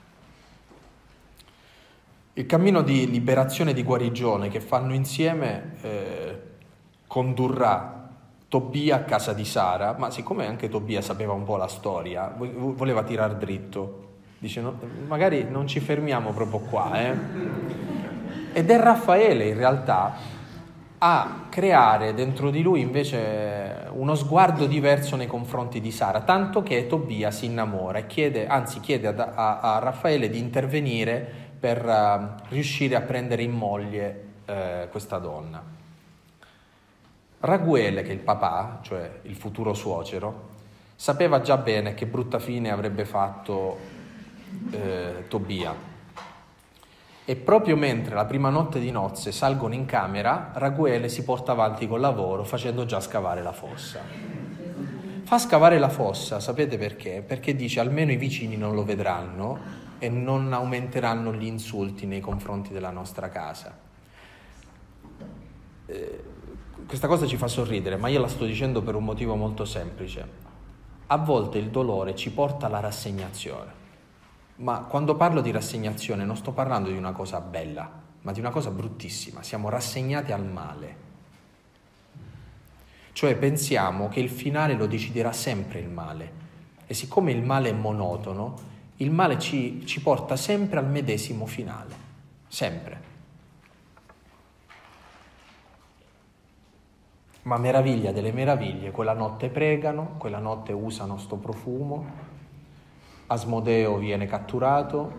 Il cammino di liberazione e di guarigione che fanno insieme eh, condurrà Tobia a casa di Sara, ma siccome anche Tobia sapeva un po' la storia, voleva tirar dritto. Dice: no, magari non ci fermiamo proprio qua, eh? Ed è Raffaele in realtà a creare dentro di lui invece uno sguardo diverso nei confronti di Sara, tanto che Tobia si innamora e chiede, anzi chiede a, a, a Raffaele di intervenire per uh, riuscire a prendere in moglie uh, questa donna. Raguele, che è il papà, cioè il futuro suocero, sapeva già bene che brutta fine avrebbe fatto uh, Tobia. E proprio mentre la prima notte di nozze salgono in camera, Raguele si porta avanti col lavoro facendo già scavare la fossa. Fa scavare la fossa, sapete perché? Perché dice: almeno i vicini non lo vedranno e non aumenteranno gli insulti nei confronti della nostra casa. Eh, questa cosa ci fa sorridere, ma io la sto dicendo per un motivo molto semplice. A volte il dolore ci porta alla rassegnazione. Ma quando parlo di rassegnazione non sto parlando di una cosa bella, ma di una cosa bruttissima. Siamo rassegnati al male. Cioè pensiamo che il finale lo deciderà sempre il male. E siccome il male è monotono, il male ci, ci porta sempre al medesimo finale. Sempre. Ma meraviglia delle meraviglie, quella notte pregano, quella notte usano sto profumo, Asmodeo viene catturato,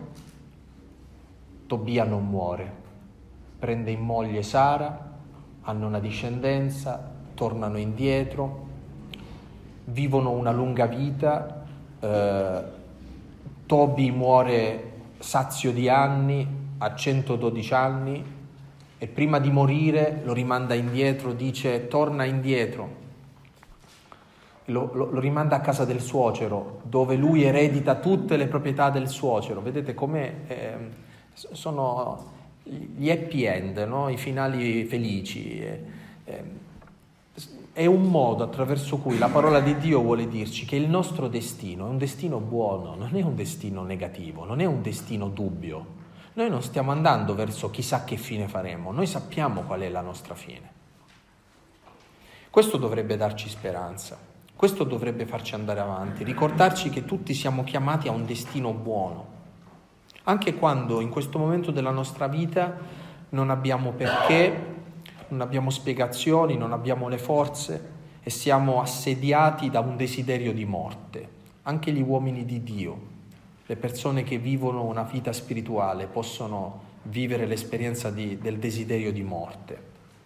Tobia non muore, prende in moglie Sara, hanno una discendenza, tornano indietro, vivono una lunga vita, eh, Tobi muore sazio di anni, a centododici anni, e prima di morire lo rimanda indietro, dice: torna indietro. Lo, lo, lo rimanda a casa del suocero, dove lui eredita tutte le proprietà del suocero. Vedete come eh, sono gli happy end, no? I finali felici. Eh, eh, è un modo attraverso cui la parola di Dio vuole dirci che il nostro destino è un destino buono, non è un destino negativo, non è un destino dubbio. Noi non stiamo andando verso chissà che fine faremo, noi sappiamo qual è la nostra fine. Questo dovrebbe darci speranza. Questo dovrebbe farci andare avanti, ricordarci che tutti siamo chiamati a un destino buono, anche quando in questo momento della nostra vita non abbiamo perché, non abbiamo spiegazioni, non abbiamo le forze e siamo assediati da un desiderio di morte. Anche gli uomini di Dio, le persone che vivono una vita spirituale, possono vivere l'esperienza di, del desiderio di morte.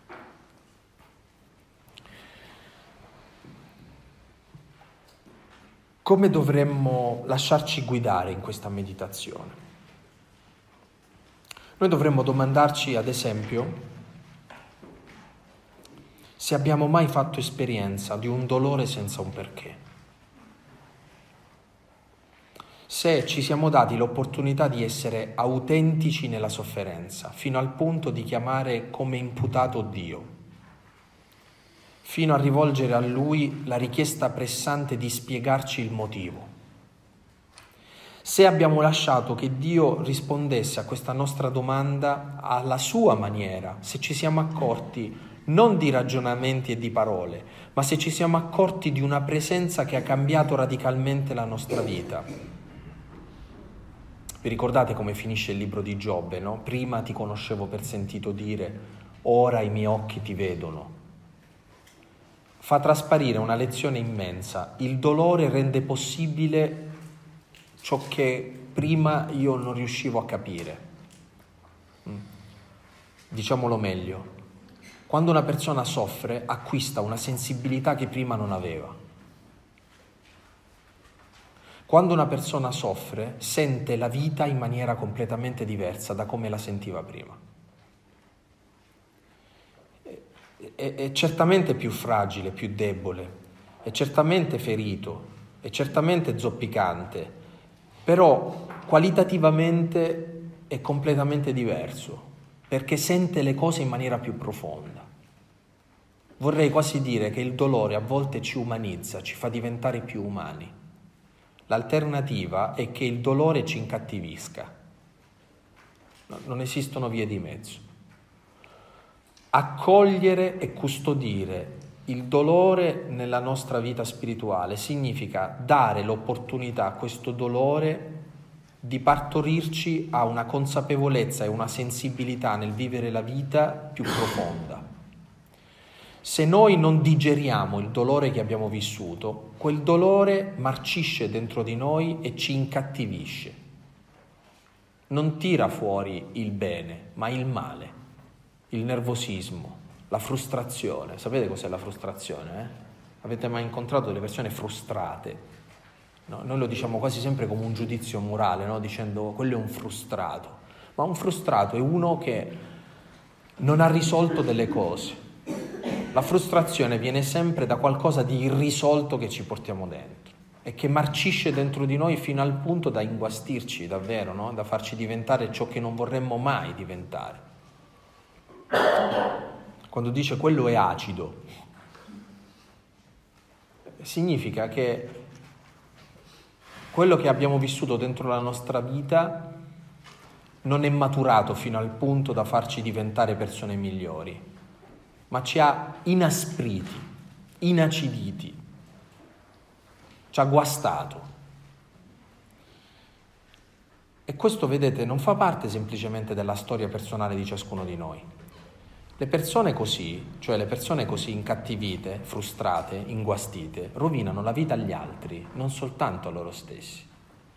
Come dovremmo lasciarci guidare in questa meditazione? Noi dovremmo domandarci, ad esempio, se abbiamo mai fatto esperienza di un dolore senza un perché. Se ci siamo dati l'opportunità di essere autentici nella sofferenza, fino al punto di chiamare come imputato Dio, fino a rivolgere a Lui la richiesta pressante di spiegarci il motivo. Se abbiamo lasciato che Dio rispondesse a questa nostra domanda alla sua maniera, se ci siamo accorti non di ragionamenti e di parole, ma se ci siamo accorti di una presenza che ha cambiato radicalmente la nostra vita. Vi ricordate come finisce il libro di Giobbe, no? Prima ti conoscevo per sentito dire, ora i miei occhi ti vedono. Fa trasparire una lezione immensa. Il dolore rende possibile ciò che prima io non riuscivo a capire. Diciamolo meglio, quando una persona soffre acquista una sensibilità che prima non aveva. Quando una persona soffre sente la vita in maniera completamente diversa da come la sentiva prima. È, è certamente più fragile, più debole, è certamente ferito, è certamente zoppicante, però qualitativamente è completamente diverso, perché sente le cose in maniera più profonda. Vorrei quasi dire che il dolore a volte ci umanizza, ci fa diventare più umani. L'alternativa è che il dolore ci incattivisca. No, non esistono vie di mezzo. Accogliere e custodire il dolore nella nostra vita spirituale significa dare l'opportunità a questo dolore di partorirci a una consapevolezza e una sensibilità nel vivere la vita più profonda. Se noi non digeriamo il dolore che abbiamo vissuto, quel dolore marcisce dentro di noi e ci incattivisce. Non tira fuori il bene, ma il male, il nervosismo, la frustrazione. Sapete cos'è la frustrazione? Eh? Avete mai incontrato delle persone frustrate? No, noi lo diciamo quasi sempre come un giudizio morale, no? Dicendo quello è un frustrato. Ma un frustrato è uno che non ha risolto delle cose. La frustrazione viene sempre da qualcosa di irrisolto che ci portiamo dentro e che marcisce dentro di noi fino al punto da inguastirci davvero, no? Da farci diventare ciò che non vorremmo mai diventare. Quando dice quello è acido, significa che quello che abbiamo vissuto dentro la nostra vita non è maturato fino al punto da farci diventare persone migliori, ma ci ha inaspriti, inaciditi, ci ha guastato. E questo, vedete, non fa parte semplicemente della storia personale di ciascuno di noi. Le persone così, cioè le persone così incattivite, frustrate, inguastite, rovinano la vita agli altri, non soltanto a loro stessi.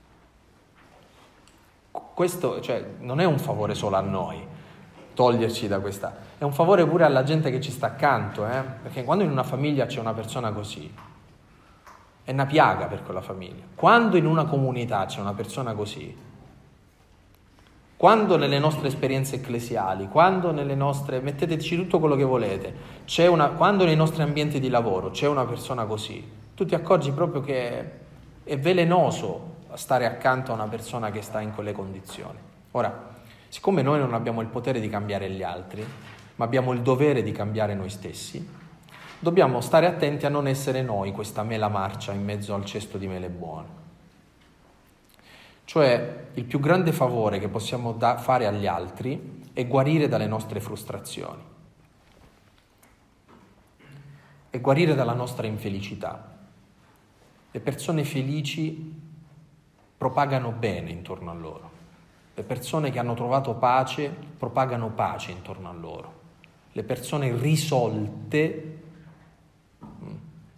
Questo, cioè, non è un favore solo a noi, toglierci da questa, è un favore pure alla gente che ci sta accanto, eh? Perché quando in una famiglia c'è una persona così, è una piaga per quella famiglia. Quando in una comunità c'è una persona così, quando nelle nostre esperienze ecclesiali, quando nelle nostre, metteteci tutto quello che volete, c'è una, quando nei nostri ambienti di lavoro c'è una persona così, tu ti accorgi proprio che è velenoso stare accanto a una persona che sta in quelle condizioni. Ora, siccome noi non abbiamo il potere di cambiare gli altri, ma abbiamo il dovere di cambiare noi stessi, dobbiamo stare attenti a non essere noi questa mela marcia in mezzo al cesto di mele buone. Cioè, il più grande favore che possiamo da- fare agli altri è guarire dalle nostre frustrazioni, è guarire dalla nostra infelicità. Le persone felici propagano bene intorno a loro. Le persone che hanno trovato pace propagano pace intorno a loro. Le persone risolte mh,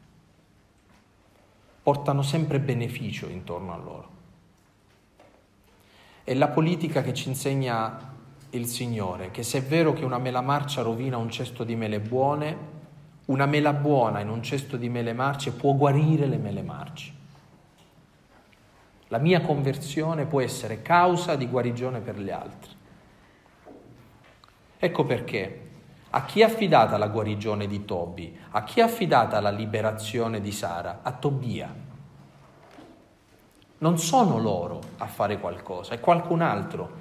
portano sempre beneficio intorno a loro. È la politica che ci insegna il Signore, che se è vero che una mela marcia rovina un cesto di mele buone, una mela buona in un cesto di mele marce può guarire le mele marce. La mia conversione può essere causa di guarigione per gli altri. Ecco perché a chi è affidata la guarigione di Tobi? A chi è affidata la liberazione di Sara? A Tobia. Non sono loro a fare qualcosa, è qualcun altro.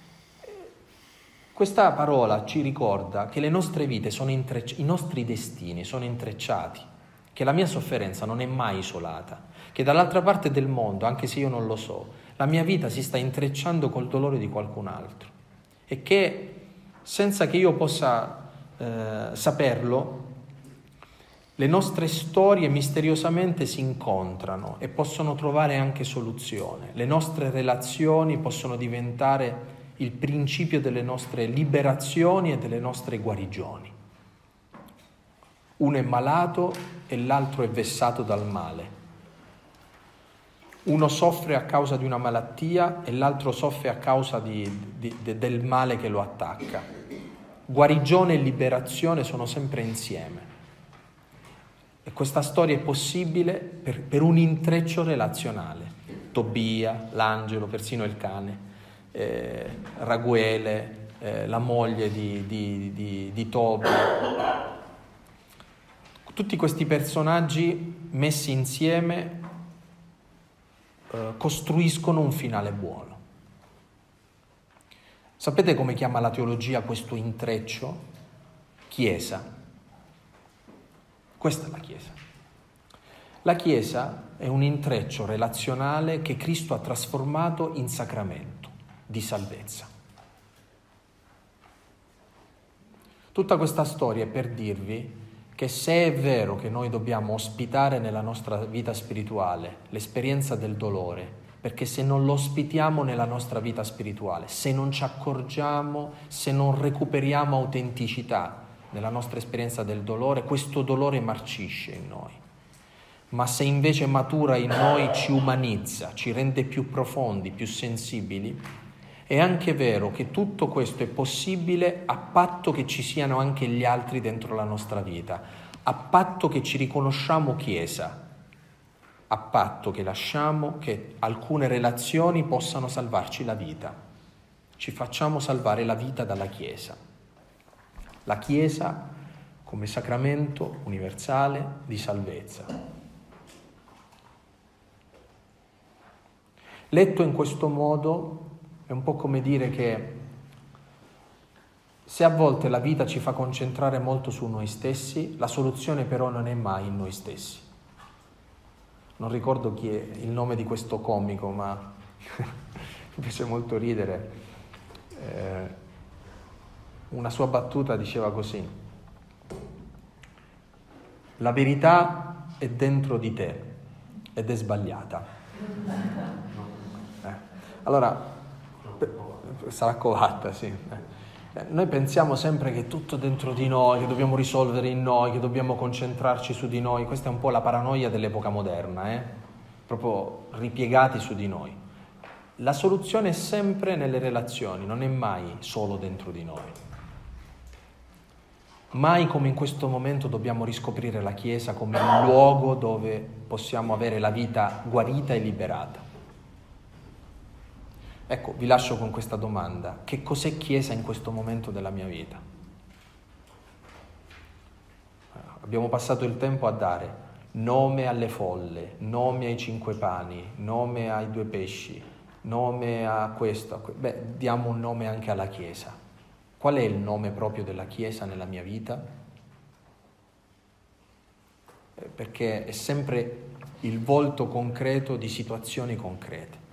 Questa parola ci ricorda che le nostre vite sono intrecciate, i nostri destini sono intrecciati, che la mia sofferenza non è mai isolata, che dall'altra parte del mondo, anche se io non lo so, la mia vita si sta intrecciando col dolore di qualcun altro e che senza che io possa eh, saperlo, le nostre storie misteriosamente si incontrano e possono trovare anche soluzione. Le nostre relazioni possono diventare il principio delle nostre liberazioni e delle nostre guarigioni. Uno è malato e l'altro è vessato dal male. Uno soffre a causa di una malattia e l'altro soffre a causa di, di, de, del male che lo attacca. Guarigione e liberazione sono sempre insieme. E questa storia è possibile per, per un intreccio relazionale. Tobia, l'angelo, persino il cane, eh, Raguele, eh, la moglie di, di, di, di Tobi. Tutti questi personaggi messi insieme eh, costruiscono un finale buono. Sapete come chiama la teologia questo intreccio? Chiesa. Questa è la Chiesa. La Chiesa è un intreccio relazionale che Cristo ha trasformato in sacramento di salvezza. Tutta questa storia è per dirvi che se è vero che noi dobbiamo ospitare nella nostra vita spirituale l'esperienza del dolore, perché se non lo ospitiamo nella nostra vita spirituale, se non ci accorgiamo, se non recuperiamo autenticità nella nostra esperienza del dolore, questo dolore marcisce in noi. Ma se invece matura in noi, ci umanizza, ci rende più profondi, più sensibili, è anche vero che tutto questo è possibile a patto che ci siano anche gli altri dentro la nostra vita, a patto che ci riconosciamo Chiesa, a patto che lasciamo che alcune relazioni possano salvarci la vita. Ci facciamo salvare la vita dalla Chiesa. La Chiesa come sacramento universale di salvezza. Letto in questo modo è un po' come dire che se a volte la vita ci fa concentrare molto su noi stessi, la soluzione però non è mai in noi stessi. Non ricordo chi è il nome di questo comico, ma mi piace molto ridere. Eh, una sua battuta diceva così: la verità è dentro di te ed è sbagliata. Eh. Allora, sarà covatta, sì. Eh, noi pensiamo sempre che è tutto dentro di noi, che dobbiamo risolvere in noi, che dobbiamo concentrarci su di noi. Questa è un po' la paranoia dell'epoca moderna, eh? Proprio ripiegati su di noi. La soluzione è sempre nelle relazioni, non è mai solo dentro di noi. Mai come in questo momento dobbiamo riscoprire la Chiesa come un luogo dove possiamo avere la vita guarita e liberata. Ecco, vi lascio con questa domanda: che cos'è Chiesa in questo momento della mia vita? Abbiamo passato il tempo a dare nome alle folle, nome ai cinque pani, nome ai due pesci, nome a questo. A que- Beh, diamo un nome anche alla Chiesa. Qual è il nome proprio della Chiesa nella mia vita? Perché è sempre il volto concreto di situazioni concrete.